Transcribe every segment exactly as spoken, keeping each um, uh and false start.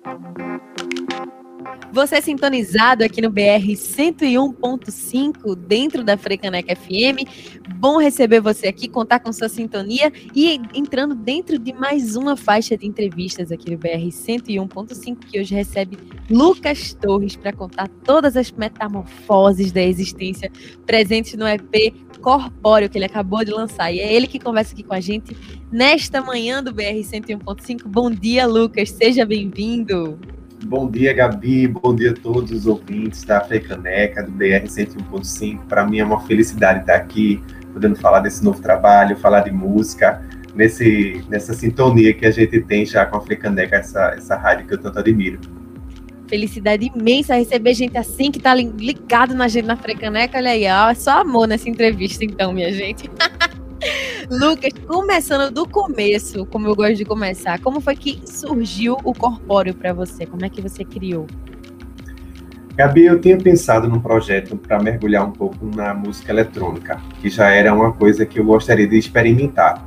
Você é sintonizado aqui no B R cento e um ponto cinco, dentro da Frecaneca F M. Bom receber você aqui, contar com sua sintonia e entrando dentro de mais uma faixa de entrevistas aqui no B R cento e um ponto cinco, que hoje recebe Lucas Torres para contar todas as metamorfoses da existência presentes no E P Corpóreo que ele acabou de lançar. E é ele que conversa aqui com a gente nesta manhã do B R cento e um ponto cinco. Bom dia, Lucas, seja bem-vindo. Bom dia, Gabi. Bom dia a todos os ouvintes da Frecaneca, do B R cento e um ponto cinco. Para mim é uma felicidade estar aqui, podendo falar desse novo trabalho, falar de música, nesse, nessa sintonia que a gente tem já com a Frecaneca, essa, essa rádio que eu tanto admiro. Felicidade imensa receber gente assim, que tá ligado na gente na Frecaneca. Olha aí, ó, é só amor nessa entrevista então, minha gente. Lucas, começando do começo, como eu gosto de começar, como foi que surgiu o Corpóreo para você? Como é que você criou? Gabi, eu tinha pensado num projeto para mergulhar um pouco na música eletrônica, que já era uma coisa que eu gostaria de experimentar.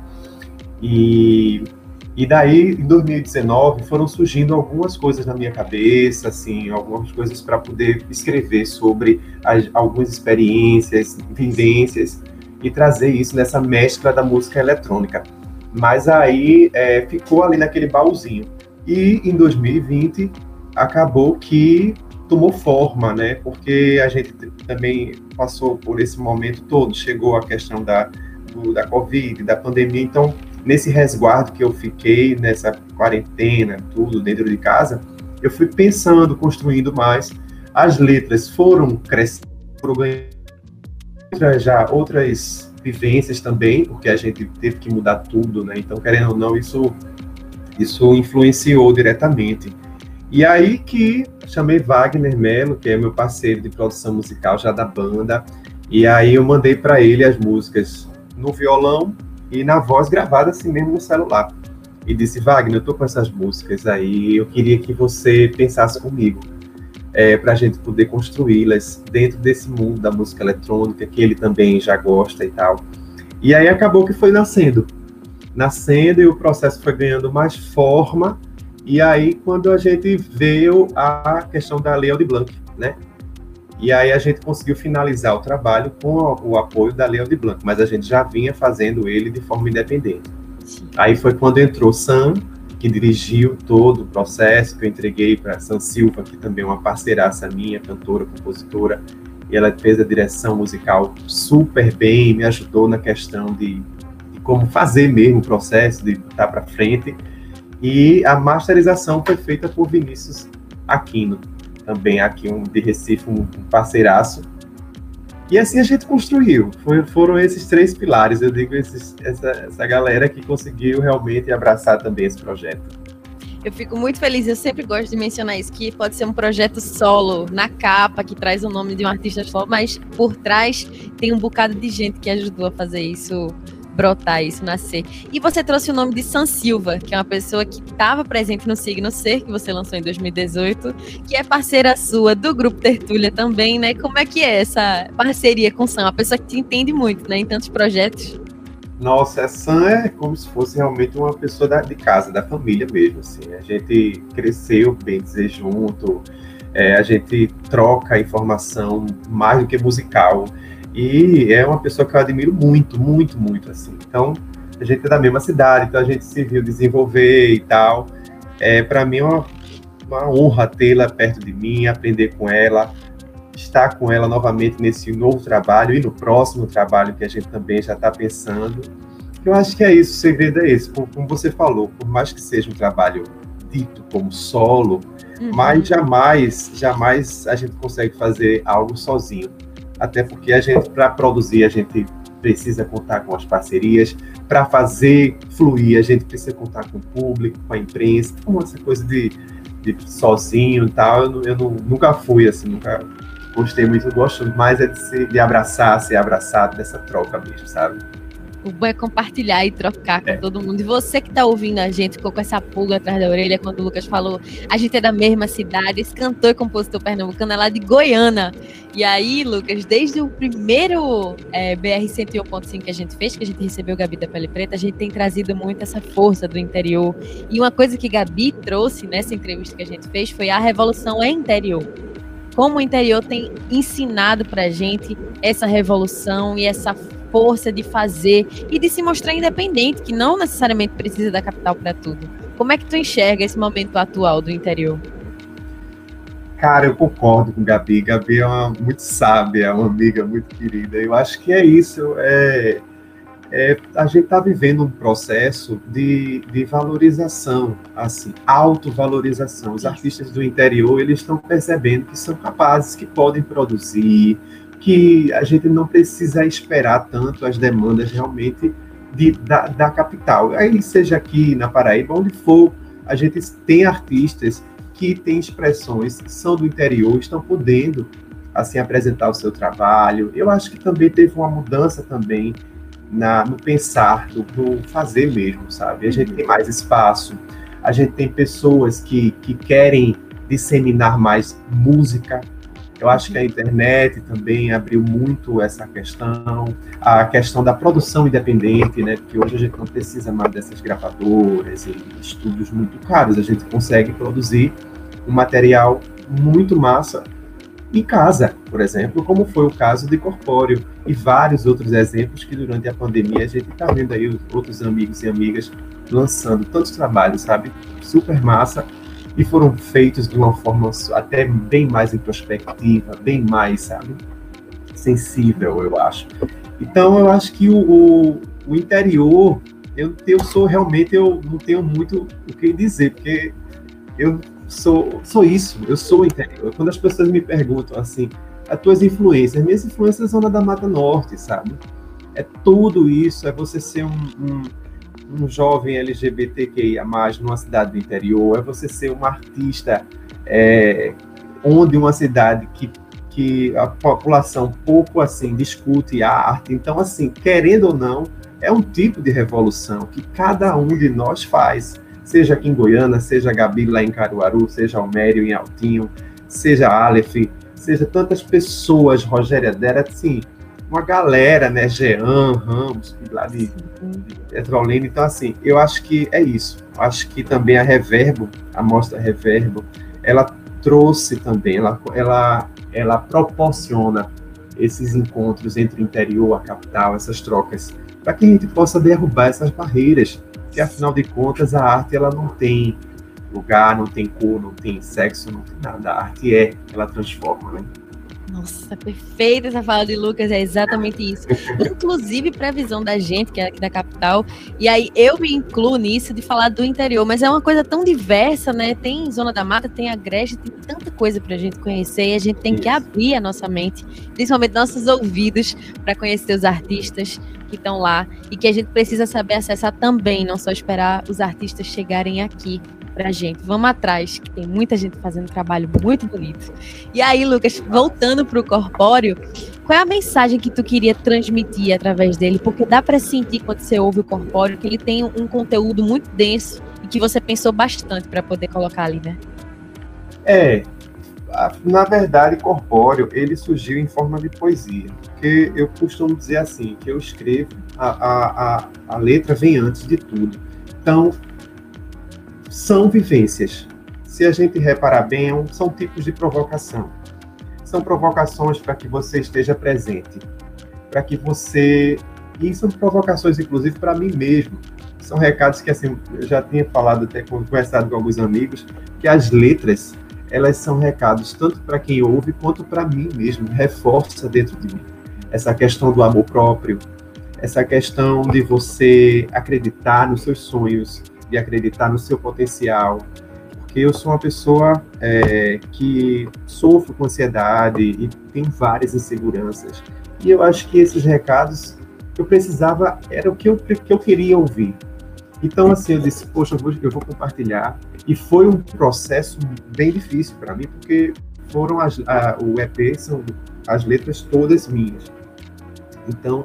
E, e daí, em dois mil e dezenove, foram surgindo algumas coisas na minha cabeça, assim, algumas coisas para poder escrever sobre as, algumas experiências, vivências, e trazer isso nessa mescla da música eletrônica. Mas aí é, ficou ali naquele baúzinho. E em dois mil e vinte acabou que tomou forma, né? Porque a gente também passou por esse momento todo, chegou a questão da, do, da Covid, da pandemia. Então, nesse resguardo que eu fiquei, nessa quarentena, tudo dentro de casa, eu fui pensando, construindo mais. As letras foram crescendo, foram ganhando já outras vivências também, porque a gente teve que mudar tudo, né? Então, querendo ou não, isso, isso influenciou diretamente. E aí que chamei Wagner Mello, que é meu parceiro de produção musical já da banda, e aí eu mandei para ele as músicas no violão e na voz gravada assim mesmo no celular. E disse, Wagner, eu tô com essas músicas aí, eu queria que você pensasse comigo. É, para a gente poder construí-las dentro desse mundo da música eletrônica, que ele também já gosta e tal. E aí acabou que foi nascendo. Nascendo e o processo foi ganhando mais forma. E aí quando a gente veio a questão da Lei Aldir Blanc, né? E aí a gente conseguiu finalizar o trabalho com o apoio da Lei Aldir Blanc, mas a gente já vinha fazendo ele de forma independente. Aí foi quando entrou Sam, que dirigiu todo o processo, que eu entreguei para Sam Silva, que também é uma parceiraça minha, cantora, compositora, e ela fez a direção musical super bem, me ajudou na questão de, de como fazer mesmo o processo, de estar para frente, e a masterização foi feita por Vinícius Aquino, também aqui um de Recife, um, um parceiraço, e assim a gente construiu. Foi, foram esses três pilares, eu digo, esses, essa, essa galera que conseguiu realmente abraçar também esse projeto. Eu fico muito feliz, eu sempre gosto de mencionar isso, que pode ser um projeto solo, na capa, que traz o nome de um artista solo, mas por trás tem um bocado de gente que ajudou a fazer isso brotar, isso nascer. E você trouxe o nome de Sam Silva, que é uma pessoa que estava presente no Signo Ser, que você lançou em dois mil e dezoito, que é parceira sua do Grupo Tertúlia também, né? Como é que é essa parceria com Sam? Uma pessoa que te entende muito, né? Em tantos projetos. Nossa, a Sam é como se fosse realmente uma pessoa da, de casa, da família mesmo, assim. A gente cresceu, bem dizer, junto, é, a gente troca informação mais do que musical. E é uma pessoa que eu admiro muito, muito, muito, assim. Então, a gente é da mesma cidade, então a gente se viu desenvolver e tal. É, para mim é uma, uma honra tê-la perto de mim, aprender com ela, estar com ela novamente nesse novo trabalho e no próximo trabalho que a gente também já está pensando. Eu acho que é isso, o segredo é esse. Como você falou, por mais que seja um trabalho dito como solo, uhum. mas jamais, jamais a gente consegue fazer algo sozinho. Até porque a gente, para produzir, a gente precisa contar com as parcerias, para fazer fluir, a gente precisa contar com o público, com a imprensa, com essa coisa de, de sozinho e tal, eu, eu não, nunca fui assim, nunca gostei muito, eu gosto mais é de, ser, de abraçar, ser abraçado, dessa troca mesmo, sabe? O bom é compartilhar e trocar com é. todo mundo. E você que está ouvindo a gente, ficou com essa pulga atrás da orelha quando o Lucas falou, a gente é da mesma cidade, esse cantor e compositor pernambucano é lá de Goiânia. E aí, Lucas, desde o primeiro é, B R cento e um ponto cinco que a gente fez, que a gente recebeu o Gabi da Pele Preta, a gente tem trazido muito essa força do interior. E uma coisa que Gabi trouxe nessa entrevista que a gente fez foi a revolução é interior. Como o interior tem ensinado pra gente essa revolução e essa força de fazer e de se mostrar independente, que não necessariamente precisa da capital para tudo. Como é que tu enxerga esse momento atual do interior? Cara, eu concordo com Gabi. Gabi é uma muito sábia, uma amiga muito querida. Eu acho que é isso. É, é, a gente está vivendo um processo de, de valorização, assim, autovalorização. Os artistas do interior, eles estão percebendo que são capazes, que podem produzir, que a gente não precisa esperar tanto as demandas realmente de, da, da capital. Aí, seja aqui na Paraíba, onde for, a gente tem artistas que têm expressões que são do interior, estão podendo, assim, apresentar o seu trabalho. Eu acho que também teve uma mudança também na, no pensar, no, no fazer mesmo, sabe? A gente tem mais espaço, a gente tem pessoas que, que querem disseminar mais música. Eu acho que a internet também abriu muito essa questão, a questão da produção independente, né? Porque hoje a gente não precisa mais dessas gravadoras e estúdios muito caros, a gente consegue produzir um material muito massa em casa, por exemplo, como foi o caso de Corpóreo e vários outros exemplos que durante a pandemia a gente está vendo aí outros amigos e amigas lançando tantos trabalhos, sabe? Super massa. E foram feitos de uma forma até bem mais introspectiva, bem mais, sabe, sensível, eu acho. Então, eu acho que o, o, o interior, eu, eu sou realmente, eu não tenho muito o que dizer, porque eu sou, sou isso, eu sou o interior. Quando as pessoas me perguntam, assim, as tuas influências, minhas influências são na da Mata Norte, sabe? É tudo isso, é você ser um... um um jovem L G B T Q I A mais, numa cidade do interior, é você ser um artista é, onde uma cidade que, que a população pouco, assim, discute a arte. Então, assim, querendo ou não, é um tipo de revolução que cada um de nós faz, seja aqui em Goiânia, seja a Gabi lá em Caruaru, seja Almério em Altinho, seja a Aleph, seja tantas pessoas, Rogéria Dera, assim, uma galera, né, Jean, Ramos, lá de, de Petrolina. Então, assim, eu acho que é isso. Acho que também a Reverbo, a mostra Reverbo, ela trouxe também, ela, ela, ela proporciona esses encontros entre o interior, a capital, essas trocas, para que a gente possa derrubar essas barreiras, que afinal de contas a arte ela não tem lugar, não tem cor, não tem sexo, não tem nada. A arte é, ela transforma, né? Nossa, perfeita essa fala de Lucas, é exatamente isso. Inclusive, previsão da gente, que é aqui da capital, e aí eu me incluo nisso de falar do interior, mas é uma coisa tão diversa, né? Tem Zona da Mata, tem Agreste, tem tanta coisa pra gente conhecer, e a gente tem isso. que abrir a nossa mente, principalmente nossos ouvidos, para conhecer os artistas que estão lá, e que a gente precisa saber acessar também, não só esperar os artistas chegarem aqui pra gente. Vamos atrás, que tem muita gente fazendo um trabalho muito bonito. E aí, Lucas, voltando pro Corpóreo, qual é a mensagem que tu queria transmitir através dele? Porque dá para sentir quando você ouve o Corpóreo que ele tem um conteúdo muito denso e que você pensou bastante para poder colocar ali, né? É, na verdade, Corpóreo, ele surgiu em forma de poesia, porque eu costumo dizer assim, que eu escrevo, a, a, a, a letra vem antes de tudo. Então, são vivências. Se a gente reparar bem, são tipos de provocação. São provocações para que você esteja presente, para que você... E são provocações, inclusive, para mim mesmo. São recados que, assim, eu já tinha falado, até conversado com alguns amigos, que as letras, elas são recados tanto para quem ouve, quanto para mim mesmo, reforça dentro de mim. Essa questão do amor próprio, essa questão de você acreditar nos seus sonhos, de acreditar no seu potencial, porque eu sou uma pessoa é, que sofro com ansiedade e tem várias inseguranças, e eu acho que esses recados que eu precisava, era o que eu, que eu queria ouvir. Então, assim, eu disse, poxa, eu vou, eu vou compartilhar, e foi um processo bem difícil para mim, porque foram as, a, o E P, são as letras todas minhas. Então,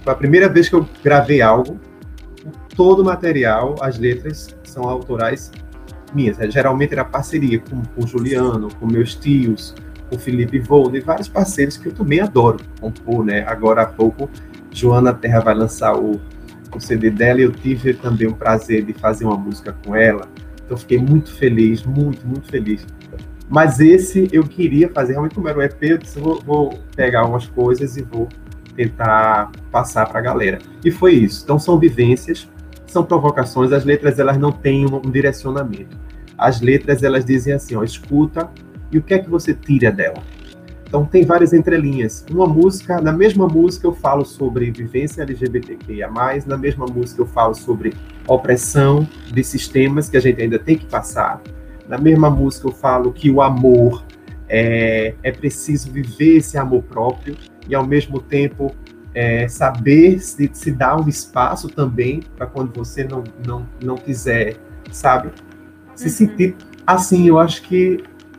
Foi a primeira vez que eu gravei algo, todo o material, as letras são autorais minhas. Geralmente era parceria com, com o Juliano, com meus tios, com o Felipe Volde, e vários parceiros que eu também adoro compor, né? Agora há pouco, Joana Terra vai lançar o, o C D dela, e eu tive também o prazer de fazer uma música com ela. Então fiquei muito feliz, muito, muito feliz. Mas esse eu queria fazer, realmente como era o E P, eu disse, vou, vou pegar algumas coisas e vou tentar passar para a galera. E foi isso. Então são vivências, são provocações, as letras elas não têm um, um direcionamento. As letras elas dizem assim, ó, escuta e o que é que você tira dela. Então tem várias entrelinhas. Uma música, na mesma música eu falo sobre vivência L G B T Q I A mais, na mesma música eu falo sobre opressão de sistemas que a gente ainda tem que passar. Na mesma música eu falo que o amor é, é preciso viver esse amor próprio e ao mesmo tempo é, saber se, se dar um espaço também para quando você não, não, não quiser, sabe? Se uhum. sentir assim, eu acho que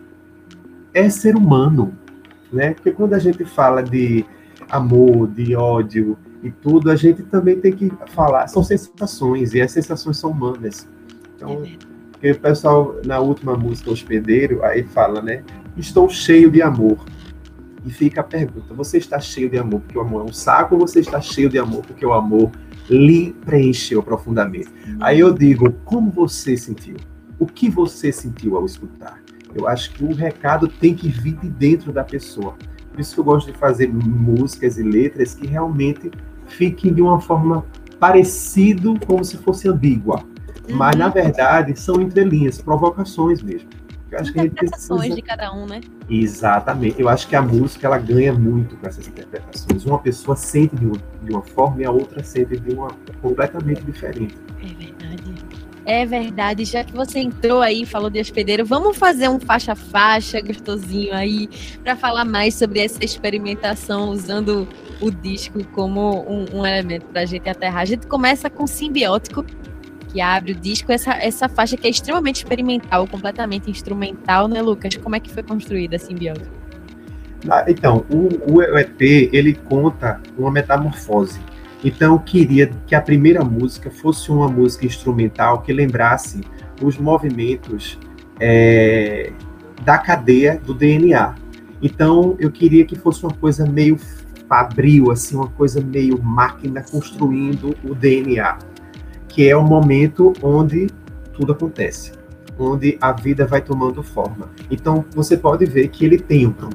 é ser humano, né? Porque quando a gente fala de amor, de ódio e tudo, a gente também tem que falar, são sensações e as sensações são humanas. Então, porque o pessoal, na última música, Hospedeiro, aí fala, né? Estou cheio de amor. E fica a pergunta, você está cheio de amor porque o amor é um saco ou você está cheio de amor porque o amor lhe preencheu profundamente? Uhum. Aí eu digo, como você sentiu? O que você sentiu ao escutar? Eu acho que o recado tem que vir de dentro da pessoa. Por isso que eu gosto de fazer músicas e letras que realmente fiquem de uma forma parecido, como se fosse ambígua. Uhum. Mas, na verdade, são entrelinhas, provocações mesmo. Eu acho que a gente interpretações precisa... de cada um, né? Exatamente. Eu acho que a música, ela ganha muito com essas interpretações. Uma pessoa sente de uma, de uma forma e a outra sente de uma completamente diferente. É verdade. É verdade. Já que você entrou aí e falou de hospedeiro, vamos fazer um faixa-faixa gostosinho aí para falar mais sobre essa experimentação usando o disco como um, um elemento para a gente aterrar. A gente começa com Simbiótico, que abre o disco, essa, essa faixa que é extremamente experimental, completamente instrumental, né, Lucas? Como é que foi construída a Simbiótico? Ah, então, o, o E P, ele conta uma metamorfose. Então, eu queria que a primeira música fosse uma música instrumental que lembrasse os movimentos é, da cadeia do D N A. Então, eu queria que fosse uma coisa meio fabril, assim, uma coisa meio máquina construindo o D N A, que é o momento onde tudo acontece, onde a vida vai tomando forma. Então, você pode ver que ele tem um...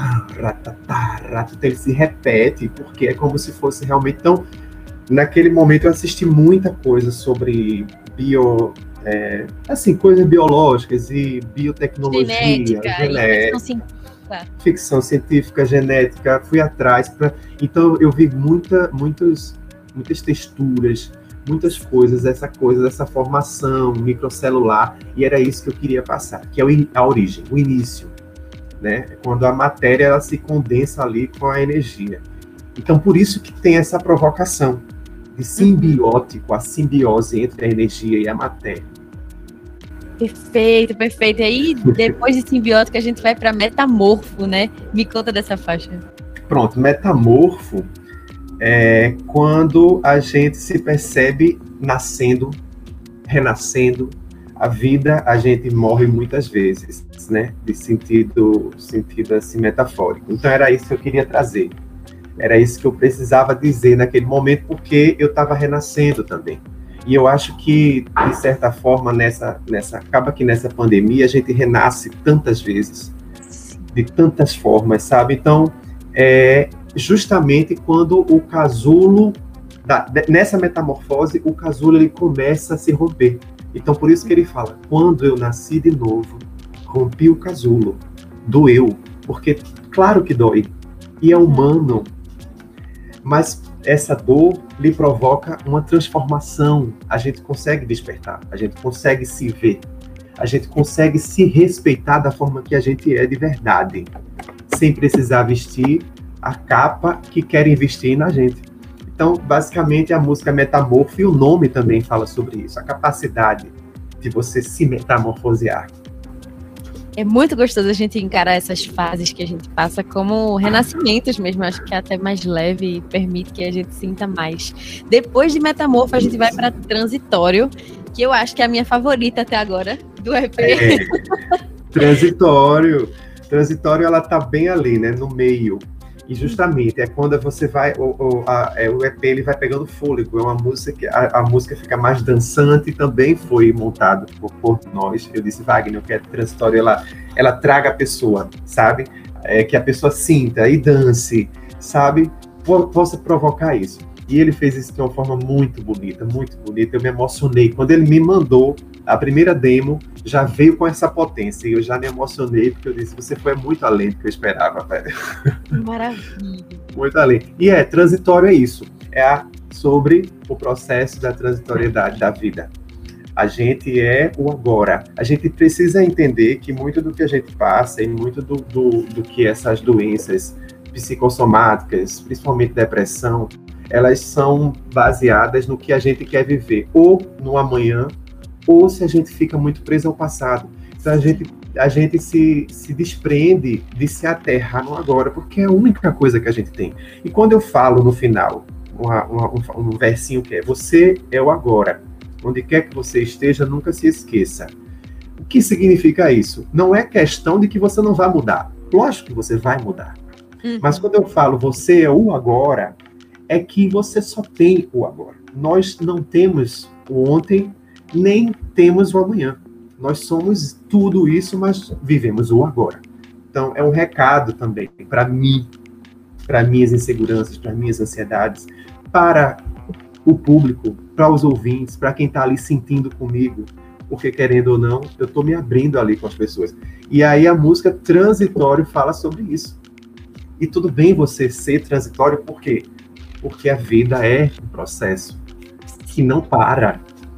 ele se repete, porque é como se fosse realmente... Então, naquele momento eu assisti muita coisa sobre bio... É, assim, coisas biológicas e biotecnologia, genética, genética, ficção científica. ficção científica, genética, fui atrás. Pra, então, eu vi muita, muitos, muitas texturas, muitas coisas, essa coisa dessa formação microcelular, e era isso que eu queria passar, que é a origem, o início, né? Quando a matéria ela se condensa ali com a energia. Então, por isso que tem essa provocação de simbiótico, a simbiose entre a energia e a matéria. Perfeito, perfeito. E aí, depois de simbiótico, a gente vai para metamorfo, né? Me conta dessa faixa. Pronto, metamorfo é quando a gente se percebe nascendo, renascendo. A vida, a gente morre muitas vezes, né? De sentido, sentido assim, metafórico. Então, era isso que eu queria trazer. Era isso que eu precisava dizer naquele momento, porque eu estava renascendo também. E eu acho que, de certa forma, nessa, nessa, acaba que nessa pandemia a gente renasce tantas vezes, de tantas formas, sabe? Então, é justamente quando o casulo, da, nessa metamorfose, o casulo ele começa a se romper. Então, por isso que ele fala, quando eu nasci de novo, rompi o casulo, doeu, porque claro que dói, e é humano, mas essa dor lhe provoca uma transformação, a gente consegue despertar, a gente consegue se ver, a gente consegue se respeitar da forma que a gente é de verdade, sem precisar vestir a capa que querem vestir na gente. Então, basicamente, a música Metamorfo, e o nome também fala sobre isso, a capacidade de você se metamorfosear. É muito gostoso a gente encarar essas fases que a gente passa como renascimentos mesmo. Acho que é até mais leve e permite que a gente sinta mais. Depois de Metamorfo, a gente vai para Transitório, que eu acho que é a minha favorita até agora do E P. É, Transitório. Transitório, ela tá bem ali, né, no meio. E justamente é quando você vai, o, o, a, é, o E P ele vai pegando fôlego, é uma música que a, a música fica mais dançante, e também foi montado por, por nós. Eu disse, Wagner, eu quero que Transitório ela, ela traga a pessoa, sabe? É, que a pessoa sinta e dance, sabe? Possa provocar isso. E ele fez isso de uma forma muito bonita, muito bonita. Eu me emocionei. Quando ele me mandou a primeira demo, já veio com essa potência. E eu já me emocionei, porque eu disse, você foi muito além do que eu esperava, velho. Maravilha. Muito além. E é, Transitório é isso. É a, sobre o processo da transitoriedade da vida. A gente é o agora. A gente precisa entender que muito do que a gente passa e muito do, do, do que essas doenças psicossomáticas, principalmente depressão, elas são baseadas no que a gente quer viver, ou no amanhã, ou se a gente fica muito preso ao passado. Então a gente, a gente se, se desprende de se aterrar no agora, porque é a única coisa que a gente tem. E quando eu falo no final, uma, uma, um, um versinho que é, você é o agora, onde quer que você esteja, nunca se esqueça. O que significa isso? Não é questão de que você não vai mudar. Lógico que você vai mudar. Uhum. Mas quando eu falo você é o agora, é que você só tem o agora. Nós não temos o ontem, nem temos o amanhã. Nós somos tudo isso, mas vivemos o agora. Então, é um recado também para mim, para minhas inseguranças, para minhas ansiedades, para o público, para os ouvintes, para quem está ali sentindo comigo, porque, querendo ou não, eu estou me abrindo ali com as pessoas. E aí a música Transitório fala sobre isso. E tudo bem você ser transitório, por quê? Porque a vida é um processo que não para.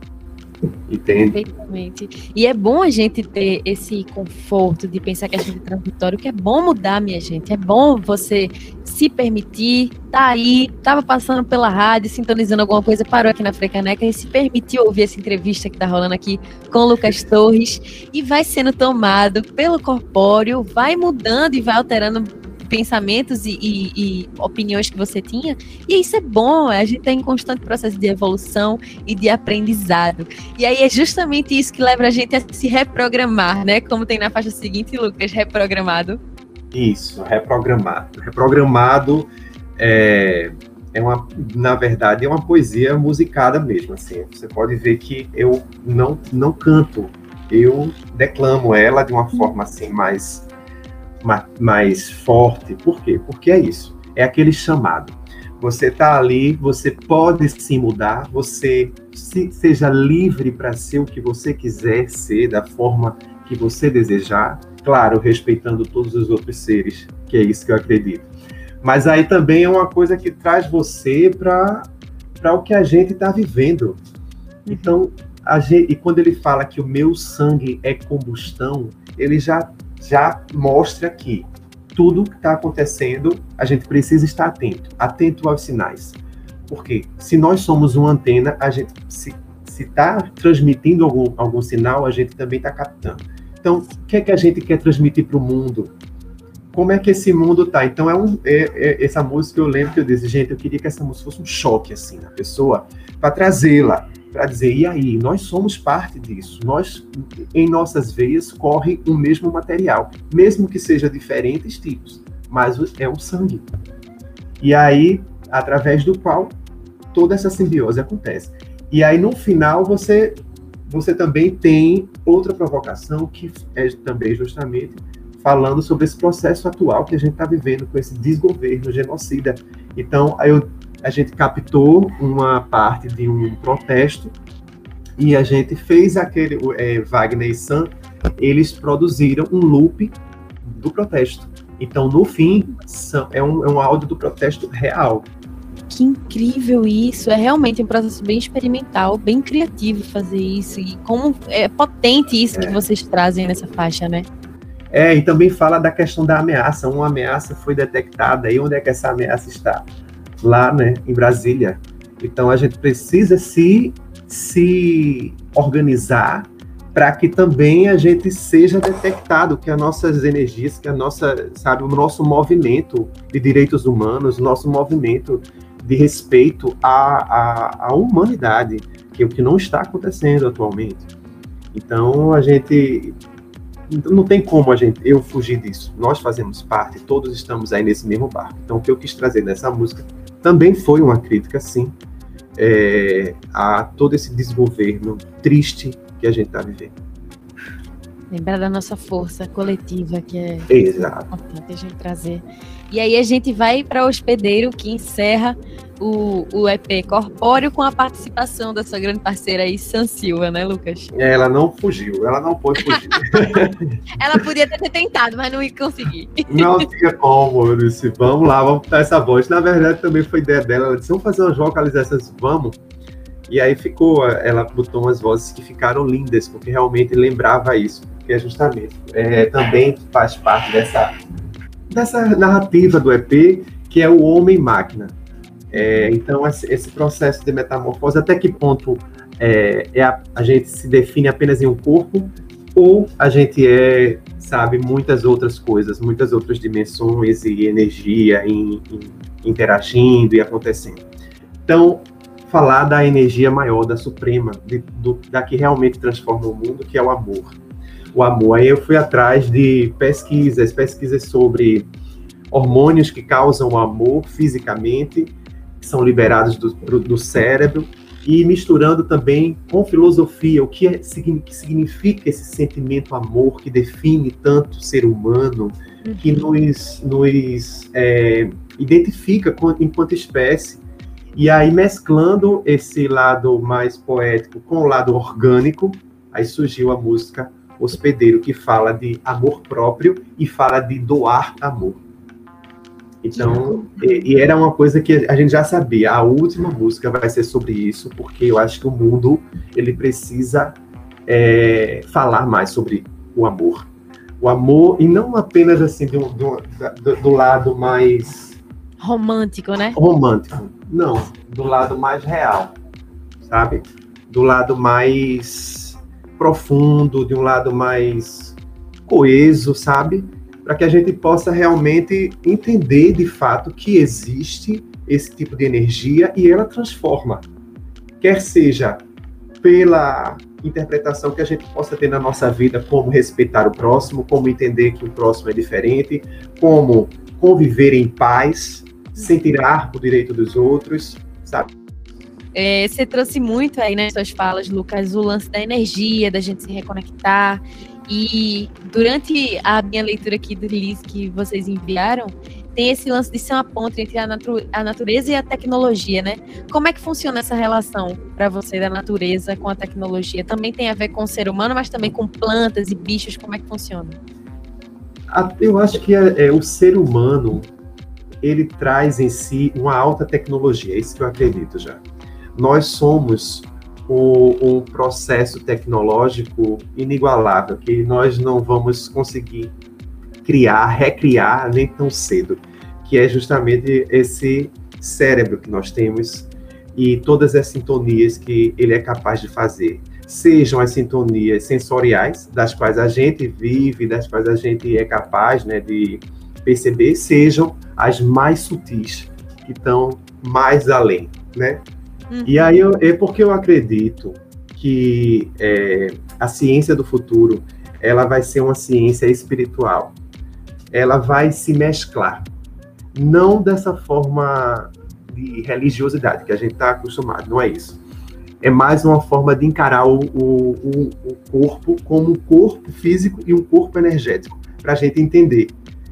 Entende? Perfeitamente. E é bom a gente ter esse conforto de pensar que a gente é transitório, que é bom mudar, minha gente. É bom você se permitir, tá aí, tava passando pela rádio, sintonizando alguma coisa, parou aqui na Frecaneca e se permitiu ouvir essa entrevista que tá rolando aqui com o Lucas Torres e vai sendo tomado pelo corpóreo, vai mudando e vai alterando pensamentos e, e, e opiniões que você tinha, e isso é bom, a gente está em constante processo de evolução e de aprendizado, e aí é justamente isso que leva a gente a se reprogramar, né, como tem na faixa seguinte, Lucas, reprogramado. Isso, reprogramado. Reprogramado é, é uma, na verdade, é uma poesia musicada mesmo, assim, você pode ver que eu não, não canto, eu declamo ela de uma forma assim, mais mais forte. Por quê? Porque é isso, é aquele chamado. Você está ali, você pode se mudar, você se, seja livre para ser o que você quiser ser, da forma que você desejar, claro, respeitando todos os outros seres, que é isso que eu acredito. Mas aí também é uma coisa que traz você para para o que a gente está vivendo. Então, a gente, e quando ele fala que o meu sangue é combustão, ele já já mostra que tudo que está acontecendo, a gente precisa estar atento, atento aos sinais. Porque se nós somos uma antena, a gente, se está transmitindo algum, algum sinal, a gente também está captando. Então, o que é que a gente quer transmitir para o mundo? Como é que esse mundo está? Então, é um, é, é, essa música, eu lembro que eu disse, gente, eu queria que essa música fosse um choque, assim, na pessoa, para trazê-la, para dizer, e aí, nós somos parte disso, nós, em nossas veias, corre o mesmo material, mesmo que seja diferentes tipos, mas é o sangue. E aí, através do qual toda essa simbiose acontece. E aí, no final, você, você também tem outra provocação, que é também justamente falando sobre esse processo atual que a gente está vivendo com esse desgoverno genocida. Então, eu a gente captou uma parte de um protesto e a gente fez aquele, é, Wagner e Sam, eles produziram um loop do protesto. Então, no fim, é um, é um áudio do protesto real. Que incrível isso, é realmente um processo bem experimental, bem criativo fazer isso, e como é potente isso é. que vocês trazem nessa faixa, né? É, e também fala da questão da ameaça, uma ameaça foi detectada, e onde é que essa ameaça está? Lá, né, em Brasília. Então a gente precisa se, se organizar para que também a gente seja detectado, que as nossas energias, que a nossa, sabe, o nosso movimento de direitos humanos, o nosso movimento de respeito à, à, à humanidade, que é o que não está acontecendo atualmente. Então, a gente... Não tem como a gente, eu fugir disso. Nós fazemos parte, todos estamos aí nesse mesmo barco. Então, o que eu quis trazer nessa música também foi uma crítica, sim, é, a todo esse desgoverno triste que a gente está vivendo. Lembrar da nossa força coletiva, que é Exato. importante a gente trazer. E aí a gente vai para o Hospedeiro, que encerra o, o E P Corpóreo com a participação da sua grande parceira aí, San Silva, né, Lucas? Ela não fugiu, ela não pôde fugir. Ela podia ter tentado, mas não ia conseguir. Não tinha como, eu disse, vamos lá, vamos botar essa voz. Na verdade, também foi ideia dela, ela disse, vamos fazer umas vocalizações, vamos. E aí ficou, ela botou umas vozes que ficaram lindas, porque realmente lembrava isso, que é justamente, é, também faz parte dessa, dessa narrativa do E P, que é o homem-máquina. É, então, esse processo de metamorfose, até que ponto é, é a, a gente se define apenas em um corpo, ou a gente é, sabe, muitas outras coisas, muitas outras dimensões e energia em, em, interagindo e acontecendo. Então, falar da energia maior, da suprema, de, do, da que realmente transforma o mundo, que é o amor. O amor. Aí eu fui atrás de pesquisas, pesquisas sobre hormônios que causam o amor fisicamente, que são liberados do, do cérebro, e misturando também com filosofia, o que, é, que significa esse sentimento amor que define tanto o ser humano, uhum. que nos, nos é, identifica enquanto espécie. E aí, mesclando esse lado mais poético com o lado orgânico, aí surgiu a música Hospedeiro, que fala de amor próprio e fala de doar amor. Então, e, e era uma coisa que a gente já sabia, a última música vai ser sobre isso, porque eu acho que o mundo, ele precisa é, falar mais sobre o amor. O amor, e não apenas assim, do, do, do, do lado mais... romântico, né? Romântico. Não, do lado mais real, sabe? Do lado mais profundo, de um lado mais coeso, sabe? Para que a gente possa realmente entender, de fato, que existe esse tipo de energia e ela transforma. Quer seja pela interpretação que a gente possa ter na nossa vida, como respeitar o próximo, como entender que o próximo é diferente, como conviver em paz, sem tirar o direito dos outros, sabe? É, você trouxe muito aí, né, suas falas, Lucas, o lance da energia, da gente se reconectar. E durante a minha leitura aqui do release que vocês enviaram, tem esse lance de ser uma ponte entre a, natu- a natureza e a tecnologia, né? Como é que funciona essa relação para você da natureza com a tecnologia? Também tem a ver com o ser humano, mas também com plantas e bichos, como é que funciona? Eu acho que é, é, o ser humano, ele traz em si uma alta tecnologia, é isso que eu acredito já. Nós somos o, um processo tecnológico inigualável, que nós não vamos conseguir criar, recriar nem tão cedo, que é justamente esse cérebro que nós temos e todas as sintonias que ele é capaz de fazer. Sejam as sintonias sensoriais, das quais a gente vive, das quais a gente é capaz, né, de perceber, sejam as mais sutis, que estão mais além, né? Uhum. E aí eu, é porque eu acredito que é, a ciência do futuro, ela vai ser uma ciência espiritual. Ela vai se mesclar, não dessa forma de religiosidade que a gente está acostumado, não é isso. É mais uma forma de encarar o, o, o corpo como um corpo físico e um corpo energético, para a gente entender,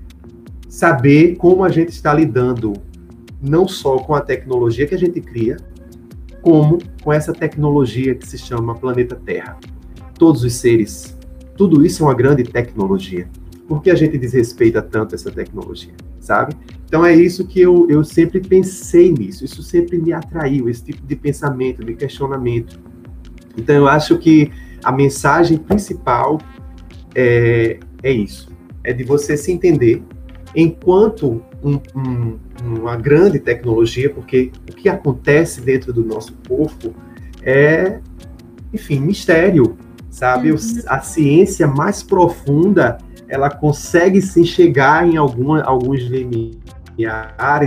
saber como a gente está lidando, não só com a tecnologia que a gente cria, como com essa tecnologia que se chama planeta Terra. Todos os seres, tudo isso é uma grande tecnologia. Por que a gente desrespeita tanto essa tecnologia, sabe? Então é isso que eu, eu sempre pensei nisso, isso sempre me atraiu, esse tipo de pensamento, de questionamento. Então eu acho que a mensagem principal é, é isso, é de você se entender enquanto um, um, uma grande tecnologia, porque o que acontece dentro do nosso corpo é, enfim, mistério, sabe? Uhum. A ciência mais profunda, ela consegue sim chegar em alguma, alguns limiares,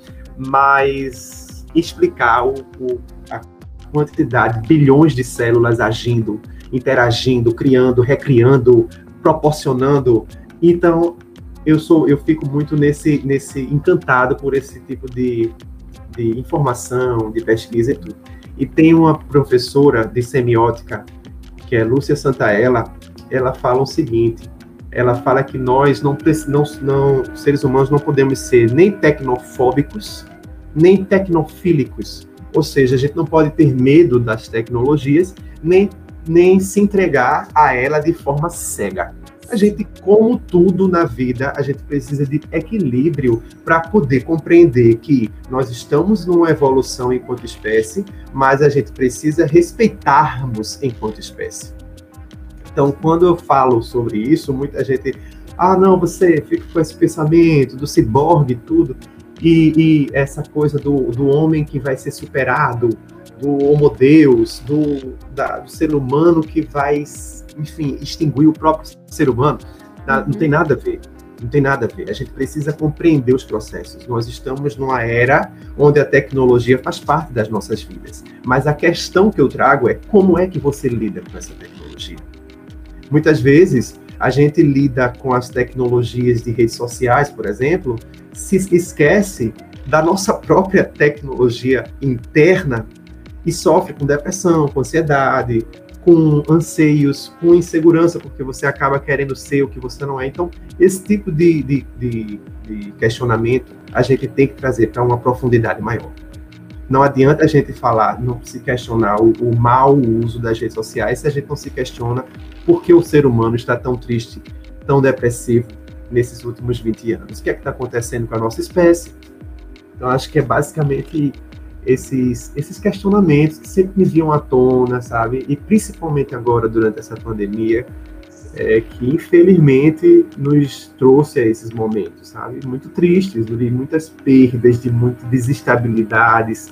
mas explicar o, o, a quantidade, bilhões de células agindo, interagindo, criando, recriando, proporcionando. Então, eu sou, eu fico muito nesse, nesse encantado por esse tipo de, de informação, de pesquisa e tudo. E tem uma professora de semiótica, que é Lúcia Santaella, ela fala o seguinte, ela fala que nós, não, não, não, seres humanos, não podemos ser nem tecnofóbicos, nem tecnofílicos. Ou seja, a gente não pode ter medo das tecnologias, nem, nem se entregar a ela de forma cega. A gente, como tudo na vida, a gente precisa de equilíbrio para poder compreender que nós estamos numa evolução enquanto espécie, mas a gente precisa respeitarmos enquanto espécie. Então, quando eu falo sobre isso, muita gente, ah, não, você fica com esse pensamento do ciborgue e tudo, e, e essa coisa do, do homem que vai ser superado, do homo deus, do, da, do ser humano que vai, enfim, extinguir o próprio ser humano. Não, não tem nada a ver. Não tem nada a ver. A gente precisa compreender os processos. Nós estamos numa era onde a tecnologia faz parte das nossas vidas. Mas a questão que eu trago é como é que você lida com essa tecnologia? Muitas vezes, a gente lida com as tecnologias de redes sociais, por exemplo, se esquece da nossa própria tecnologia interna e sofre com depressão, com ansiedade, com anseios, com insegurança, porque você acaba querendo ser o que você não é. Então, esse tipo de, de, de, de questionamento a gente tem que trazer para uma profundidade maior. Não adianta a gente falar, não se questionar o, o mau uso das redes sociais se a gente não se questiona por que o ser humano está tão triste, tão depressivo nesses últimos vinte anos. O que é que está acontecendo com a nossa espécie? Então, acho que é basicamente esses, esses questionamentos que sempre me vinham à tona, sabe? E principalmente agora, durante essa pandemia, é, que infelizmente nos trouxe a esses momentos, sabe? Muito tristes, de muitas perdas, de muitas desestabilidades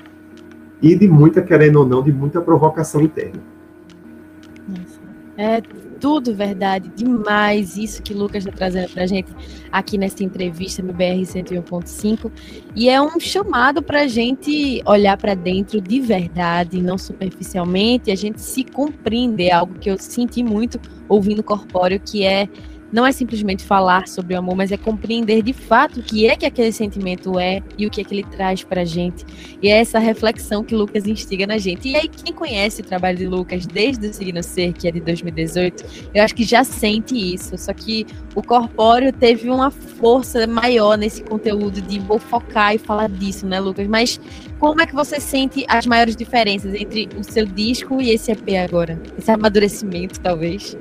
e de muita, querendo ou não, de muita provocação interna. É tudo verdade, demais isso que o Lucas está trazendo para a gente aqui nessa entrevista no B R cento e um ponto cinco, e é um chamado para a gente olhar para dentro de verdade, não superficialmente, e a gente se compreender, algo que eu senti muito ouvindo Corpóreo, que é, não é simplesmente falar sobre o amor, mas é compreender de fato o que é que aquele sentimento é e o que é que ele traz pra gente. E é essa reflexão que Lucas instiga na gente. E aí, quem conhece o trabalho de Lucas desde o Signo Ser, que é de dois mil e dezoito, eu acho que já sente isso. Só que o Corpóreo teve uma força maior nesse conteúdo de vou focar e falar disso, né, Lucas? Mas como é que você sente as maiores diferenças entre o seu disco e esse E P agora? Esse amadurecimento, talvez?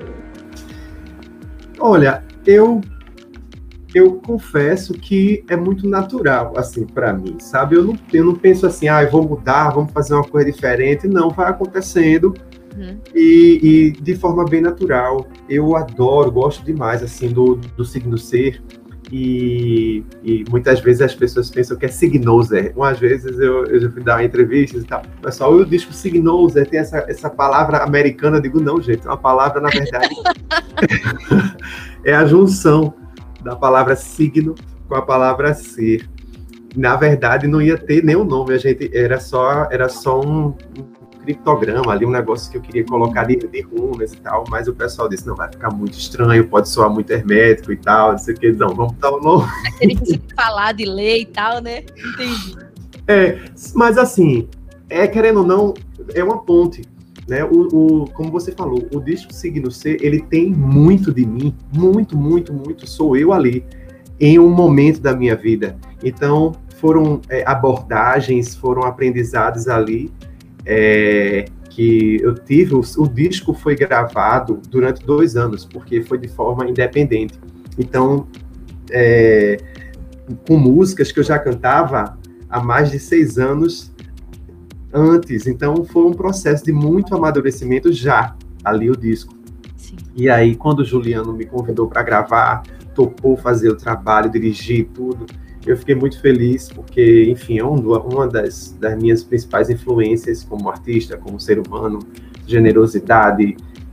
Olha, eu eu confesso que é muito natural, assim, para mim, sabe? Eu não, eu não penso assim, ah, eu vou mudar, vamos fazer uma coisa diferente. Não, vai acontecendo uhum. e, e de forma bem natural. Eu adoro, gosto demais, assim, do, do Signo Ser. E, e muitas vezes as pessoas pensam que é Signoser. Umas vezes eu, eu já fui dar entrevistas e tal. Pessoal, eu digo Signoser, tem essa, essa palavra americana. Eu digo, não, gente, é uma palavra, na verdade, é a junção da palavra signo com a palavra ser. Na verdade, não ia ter nenhum nome, a gente era só, era só um, um criptograma ali, um negócio que eu queria colocar de, de runas e tal, mas o pessoal disse, não, vai ficar muito estranho, pode soar muito hermético e tal, não sei o que, não, vamos dar o nome. Aquele difícil de falar, de ler e tal, né? Entendi. É, mas assim, é, querendo ou não, é uma ponte, né? O, o, como você falou, o disco Signo Ser, ele tem muito de mim, muito, muito, muito, sou eu ali, em um momento da minha vida. Então, foram é, abordagens, foram aprendizados ali, É, que eu tive, o, o disco foi gravado durante dois anos, porque foi de forma independente. Então, é, com músicas que eu já cantava há mais de seis anos antes. Então, foi um processo de muito amadurecimento já, ali o disco. Sim. E aí, quando o Juliano me convidou para gravar, topou fazer o trabalho, dirigir tudo, eu fiquei muito feliz, porque, enfim, é uma das, das minhas principais influências como artista, como ser humano, generosidade,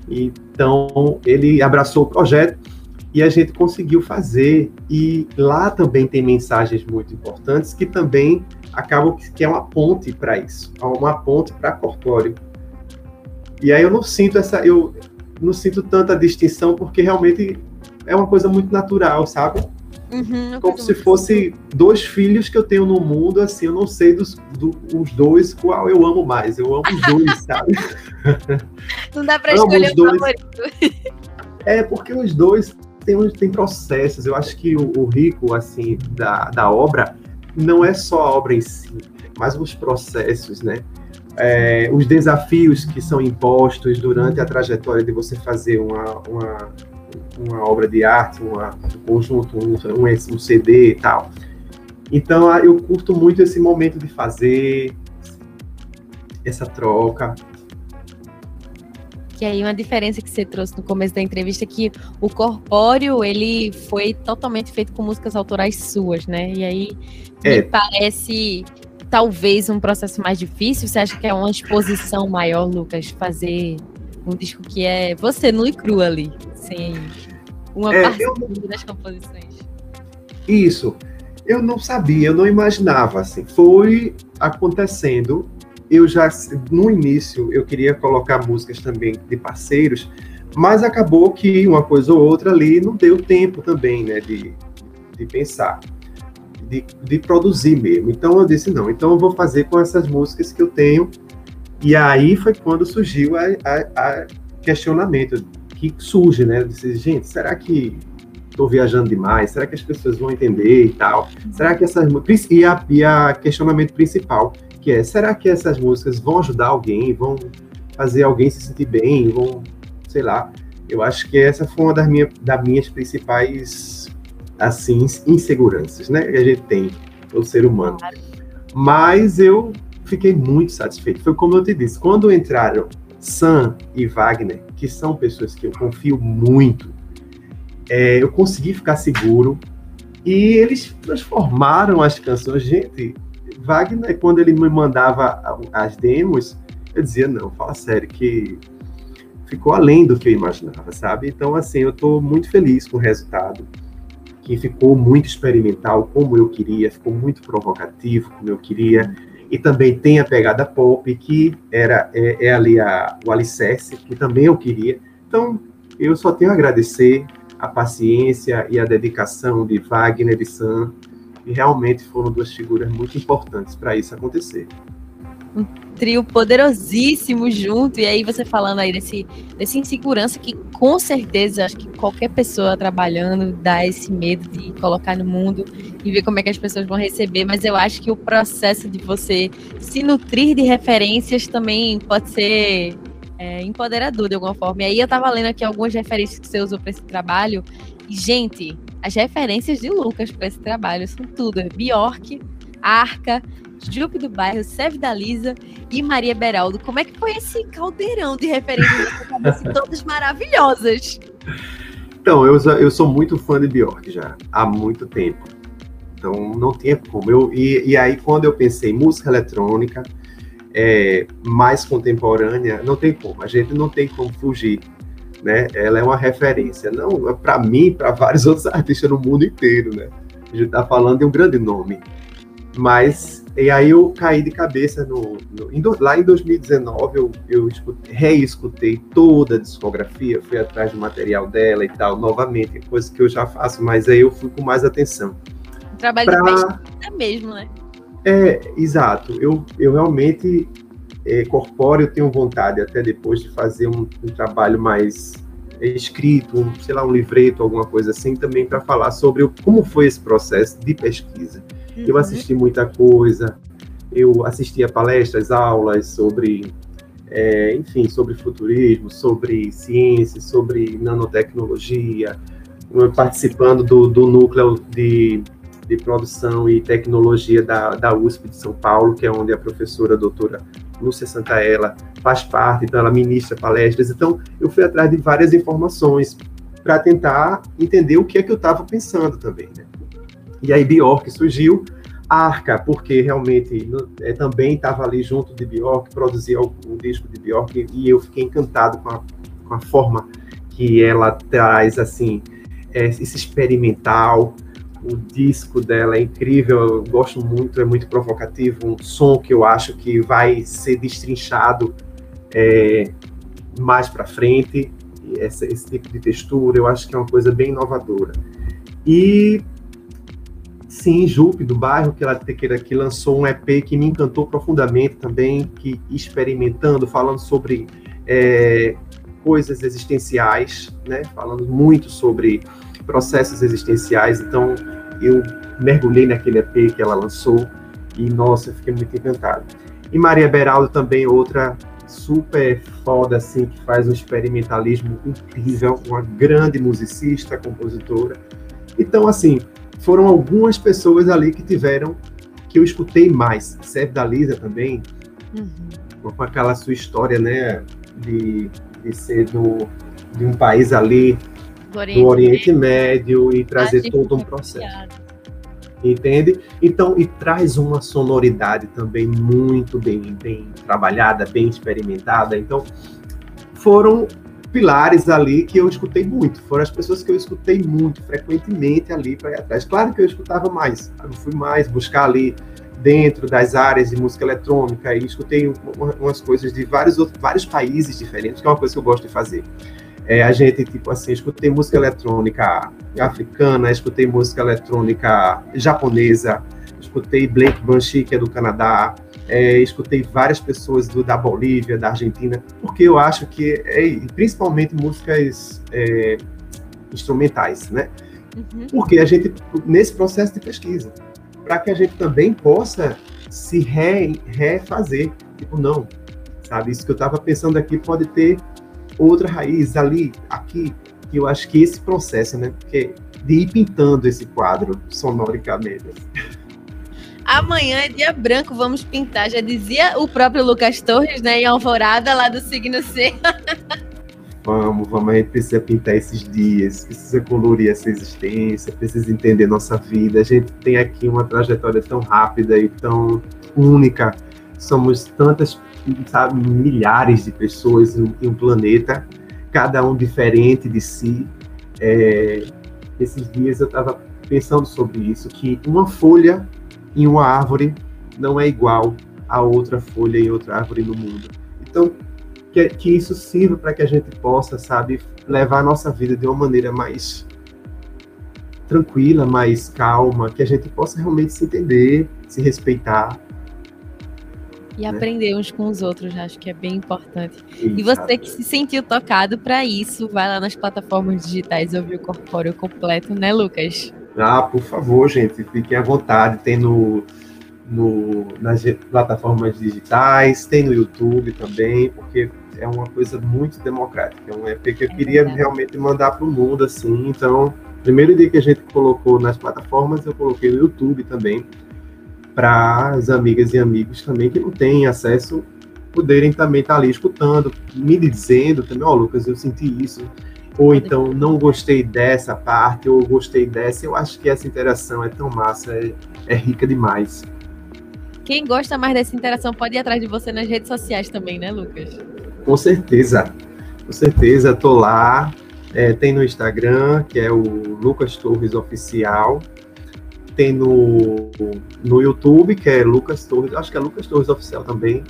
Então, ele abraçou o projeto e a gente conseguiu fazer. E lá também tem mensagens muito importantes que também acabam que é uma ponte para isso, uma ponte para corpóreo. E aí eu não sinto essa, eu não sinto tanta distinção, porque realmente é uma coisa muito natural, sabe? Uhum, como se fosse dois filhos que eu tenho no mundo, assim, eu não sei dos do, os dois qual eu amo mais. Eu amo os dois, sabe? Não dá para escolher o favorito. É, porque os dois têm, têm processos. Eu acho que o, o rico, assim, da, da obra não é só a obra em si, mas os processos, né? É, os desafios que são impostos durante a trajetória de você fazer uma, uma, uma obra de arte, uma, um conjunto, um, um, um C D e tal. Então, eu curto muito esse momento de fazer essa troca. Que aí uma diferença que você trouxe no começo da entrevista é que o Corpóreo, ele foi totalmente feito com músicas autorais suas, né? E aí é. me parece talvez um processo mais difícil. Você acha que é uma exposição maior, Lucas, fazer um disco que é você nu e cru ali, sem uma é, parte eu... das composições? Isso. Eu não sabia, eu não imaginava, assim. Foi acontecendo. Eu já, no início, eu queria colocar músicas também de parceiros, mas acabou que uma coisa ou outra ali não deu tempo também, né, de, de pensar, de, de produzir mesmo. Então eu disse, não, então eu vou fazer com essas músicas que eu tenho. E aí foi quando surgiu a, a, a questionamento que surge, né? Eu disse, gente, será que estou viajando demais? Será que as pessoas vão entender e tal? Será que essas... E a, e a questionamento principal, que é, será que essas músicas vão ajudar alguém, vão fazer alguém se sentir bem, vão, sei lá. Eu acho que essa foi uma das, minha, das minhas principais, assim, inseguranças, né, que a gente tem, o ser humano. Mas eu fiquei muito satisfeito. Foi como eu te disse, quando entraram Sam e Wagner, que são pessoas que eu confio muito, é, eu consegui ficar seguro, e eles transformaram as canções. Gente, Wagner, quando ele me mandava as demos, eu dizia, não, fala sério, que ficou além do que eu imaginava, sabe? Então, assim, eu estou muito feliz com o resultado, que ficou muito experimental, como eu queria, ficou muito provocativo, como eu queria, e também tem a pegada pop, que era, é, é ali a, o alicerce, que também eu queria. Então, eu só tenho a agradecer a paciência e a dedicação de Wagner e Sam, e realmente foram duas figuras muito importantes para isso acontecer. Um trio poderosíssimo junto, e aí você falando aí desse, dessa insegurança que com certeza acho que qualquer pessoa trabalhando dá esse medo de colocar no mundo e ver como é que as pessoas vão receber, mas eu acho que o processo de você se nutrir de referências também pode ser é, empoderador de alguma forma. E aí eu tava lendo aqui algumas referências que você usou para esse trabalho, e gente, as referências de Lucas para esse trabalho são tudo, é Bjork, Arca, Jupe do Bairro, Seve da Lisa e Maria Beraldo. Como é que foi esse caldeirão de referências na sua cabeça, todas maravilhosas? Então, eu, eu sou muito fã de Bjork já, há muito tempo. Então, não tinha como. Eu, e, e aí, quando eu pensei em música eletrônica, é, mais contemporânea, não tem como. A gente não tem como fugir, né? Ela é uma referência. Não, para mim, para vários outros artistas no mundo inteiro, né? A gente está falando de um grande nome. Mas, e aí eu caí de cabeça no, no em do, lá em dois mil e dezenove, eu, eu escutei, reescutei toda a discografia, fui atrás do material dela e tal, novamente, coisa que eu já faço, mas aí eu fui com mais atenção. Um trabalho pra... de pesquisa mesmo, né? É, exato. Eu, eu realmente, é, corpóreo, eu tenho vontade, até depois, de fazer um, um trabalho mais escrito, um, sei lá, um livreto, alguma coisa assim, também para falar sobre o, como foi esse processo de pesquisa. Uhum. Eu assisti muita coisa, eu assistia palestras, aulas sobre, é, enfim, sobre futurismo, sobre ciência, sobre nanotecnologia, participando do, do núcleo de, de produção e tecnologia da, da U S P de São Paulo, que é onde a professora a doutora Lúcia Santaella faz parte, então ela ministra palestras. Então, eu fui atrás de várias informações para tentar entender o que é que eu estava pensando também, né? E aí Bjork surgiu, Arca, porque realmente é, também estava ali junto de Bjork, produzia o, o disco de Bjork, e eu fiquei encantado com a, com a forma que ela traz, assim, esse experimental. O disco dela é incrível, eu gosto muito, é muito provocativo, um som que eu acho que vai ser destrinchado é, mais para frente, essa, esse tipo de textura, eu acho que é uma coisa bem inovadora. E, sim, Jupe, do bairro, que ela que lançou um E P que me encantou profundamente também, que experimentando, falando sobre é, coisas existenciais, né, falando muito sobre processos existenciais, então eu mergulhei naquele E P que ela lançou e, nossa, eu fiquei muito encantado. E Maria Beraldo também, outra super foda, assim, que faz um experimentalismo incrível, uma grande musicista, compositora. Então, assim, foram algumas pessoas ali que tiveram, que eu escutei mais. Sérgio da Lisa também, uhum. com aquela sua história, né, de, de ser do, de um país ali, do Oriente, do Oriente Médio, Médio, e trazer todo um processo. Entende? Então, e traz uma sonoridade também muito bem, bem trabalhada, bem experimentada. Então, foram pilares ali que eu escutei muito. Foram as pessoas que eu escutei muito, frequentemente ali para ir atrás. Claro que eu escutava mais. Eu fui mais buscar ali dentro das áreas de música eletrônica e escutei umas coisas de vários, outros, vários países diferentes, que é uma coisa que eu gosto de fazer. É, a gente, tipo assim, escutei música eletrônica africana, escutei música eletrônica japonesa, escutei Blake Banshee, que é do Canadá, é, escutei várias pessoas do, da Bolívia, da Argentina, porque eu acho que, é, principalmente músicas é, instrumentais, né? Uhum. Porque a gente, nesse processo de pesquisa, para que a gente também possa se re, refazer, tipo, não, sabe, isso que eu estava pensando aqui pode ter outra raiz ali, aqui, que eu acho que esse processo, né, porque de ir pintando esse quadro sonoricamente. Amanhã é dia branco, vamos pintar, já dizia o próprio Lucas Torres, né, em Alvorada, lá do signo C. Vamos, vamos, a gente precisa pintar esses dias, precisa colorir essa existência, precisa entender nossa vida. A gente tem aqui uma trajetória tão rápida e tão única, somos tantas, sabe, milhares de pessoas em um planeta, cada um diferente de si. É, esses dias eu estava pensando sobre isso, que uma folha em uma árvore não é igual a outra folha em outra árvore no mundo. Então, que, que isso sirva para que a gente possa, sabe, levar a nossa vida de uma maneira mais tranquila, mais calma, que a gente possa realmente se entender, se respeitar, e né? Aprender uns com os outros, acho que é bem importante. Exato. E você que se sentiu tocado para isso, vai lá nas plataformas digitais ouvir o Corpóreo completo, né, Lucas? Ah, por favor, gente, fiquem à vontade. Tem no, no, nas plataformas digitais, tem no YouTube também, porque é uma coisa muito democrática. É um E P que eu é queria verdade. realmente mandar para o mundo, assim. Então, primeiro dia que a gente colocou nas plataformas, eu coloquei no YouTube também, para as amigas e amigos também que não têm acesso, poderem também estar ali escutando, me dizendo também, ó, oh, Lucas, eu senti isso, ou então, não gostei dessa parte, ou gostei dessa. Eu acho que essa interação é tão massa, é, é rica demais. Quem gosta mais dessa interação pode ir atrás de você nas redes sociais também, né, Lucas? Com certeza, com certeza, tô lá, é, tem no Instagram, que é o Lucas Torres Oficial, tem no, no YouTube, que é Lucas Torres, acho que é Lucas Torres Oficial também.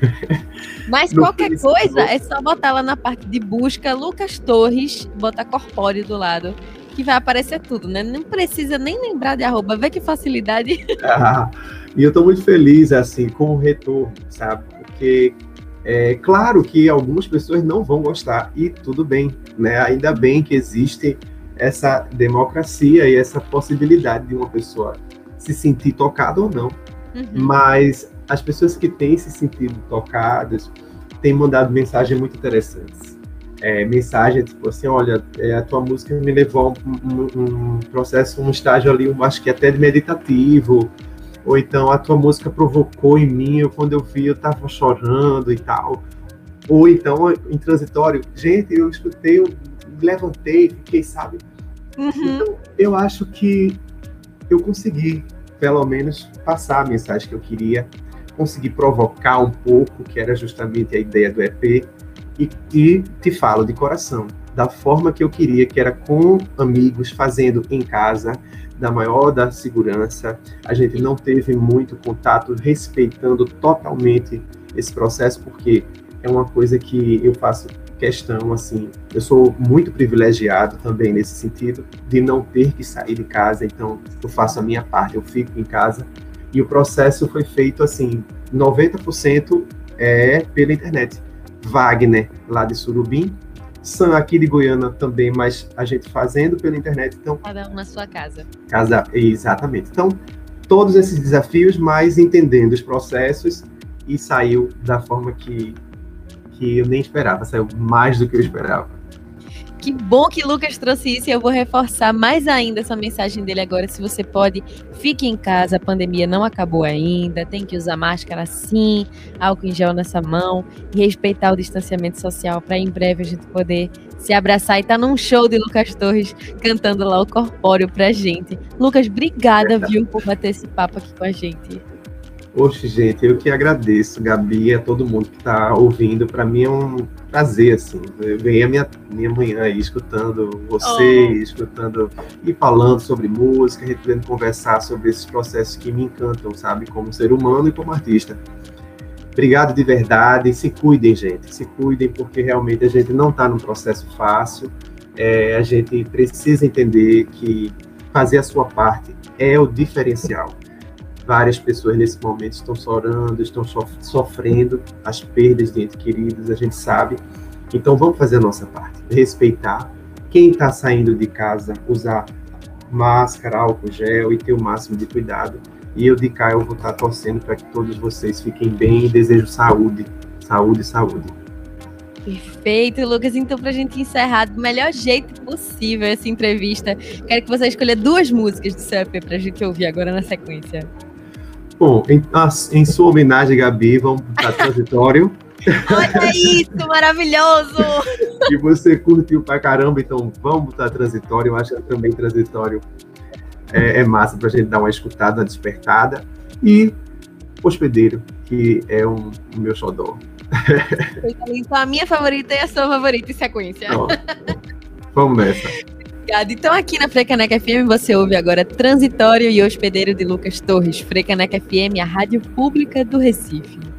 Mas qualquer coisa, é só botar lá na parte de busca, Lucas Torres, botar Corpóreo do lado, que vai aparecer tudo, né? Não precisa nem lembrar de arroba, vê que facilidade. Ah, e eu tô muito feliz, assim, com o retorno, sabe? Porque é claro que algumas pessoas não vão gostar, e tudo bem, né? Ainda bem que existe essa democracia e essa possibilidade de uma pessoa se sentir tocada ou não. Uhum. Mas as pessoas que têm se sentido tocadas têm mandado mensagens muito interessantes. É, mensagem tipo assim, olha, é, a tua música me levou a um, um, um processo, um estágio ali, um, acho que até de meditativo, ou então a tua música provocou em mim, eu, quando eu vi eu tava chorando e tal. Ou então, em transitório, gente, eu escutei, eu levantei, fiquei, sabe? Uhum. Então, eu acho que eu consegui, pelo menos, passar a mensagem que eu queria, consegui provocar um pouco, que era justamente a ideia do E P, E, e te falo de coração, da forma que eu queria, que era com amigos, fazendo em casa, da maior da segurança. A gente não teve muito contato, respeitando totalmente esse processo, porque é uma coisa que eu faço questão, assim, eu sou muito privilegiado também nesse sentido, de não ter que sair de casa, então eu faço a minha parte, eu fico em casa, e o processo foi feito, assim, noventa por cento é pela internet. Wagner, lá de Surubim, Sam, aqui de Goiânia também, mas a gente fazendo pela internet, então... Cada um na sua casa. casa exatamente. Então, todos esses desafios, mas entendendo os processos, e saiu da forma que que eu nem esperava, saiu mais do que eu esperava. Que bom que Lucas trouxe isso, e eu vou reforçar mais ainda essa mensagem dele agora. Se você pode, fique em casa, a pandemia não acabou ainda, tem que usar máscara sim, álcool em gel nessa mão, e respeitar o distanciamento social, para em breve a gente poder se abraçar e estar tá num show de Lucas Torres, cantando lá o Corpóreo pra gente. Lucas, obrigada, Verdade. viu, por bater esse papo aqui com a gente. Poxa, gente, eu que agradeço, Gabi, a todo mundo que está ouvindo. Para mim é um prazer, assim. Eu ganhei a minha, minha manhã aí, escutando você, oh. escutando e falando sobre música, a gente podendo conversar sobre esses processos que me encantam, sabe? Como ser humano e como artista. Obrigado de verdade. Se cuidem, gente. Se cuidem, porque realmente a gente não está num processo fácil. É, a gente precisa entender que fazer a sua parte é o diferencial. Várias pessoas nesse momento estão chorando, estão sofrendo as perdas de entes queridos, a gente sabe. Então vamos fazer a nossa parte, respeitar. Quem está saindo de casa, usar máscara, álcool gel e ter o máximo de cuidado. E eu de cá eu vou estar torcendo para que todos vocês fiquem bem e desejo saúde, saúde, saúde. Perfeito, Lucas. Então, para a gente encerrar do melhor jeito possível essa entrevista, quero que você escolha duas músicas do seu E P para a gente ouvir agora na sequência. Bom, em, em sua homenagem, Gabi, vamos para Transitório. Olha isso, maravilhoso! E você curtiu pra caramba, então vamos botar Transitório. Eu acho que também Transitório é, é massa pra gente dar uma escutada, uma despertada. E Hospedeiro, que é um, um meu xodó. Então a minha favorita é a sua favorita em sequência. Ó, vamos nessa. Então aqui na Frecaneca F M você ouve agora Transitório e Hospedeiro de Lucas Torres. Frecaneca F M, a rádio pública do Recife.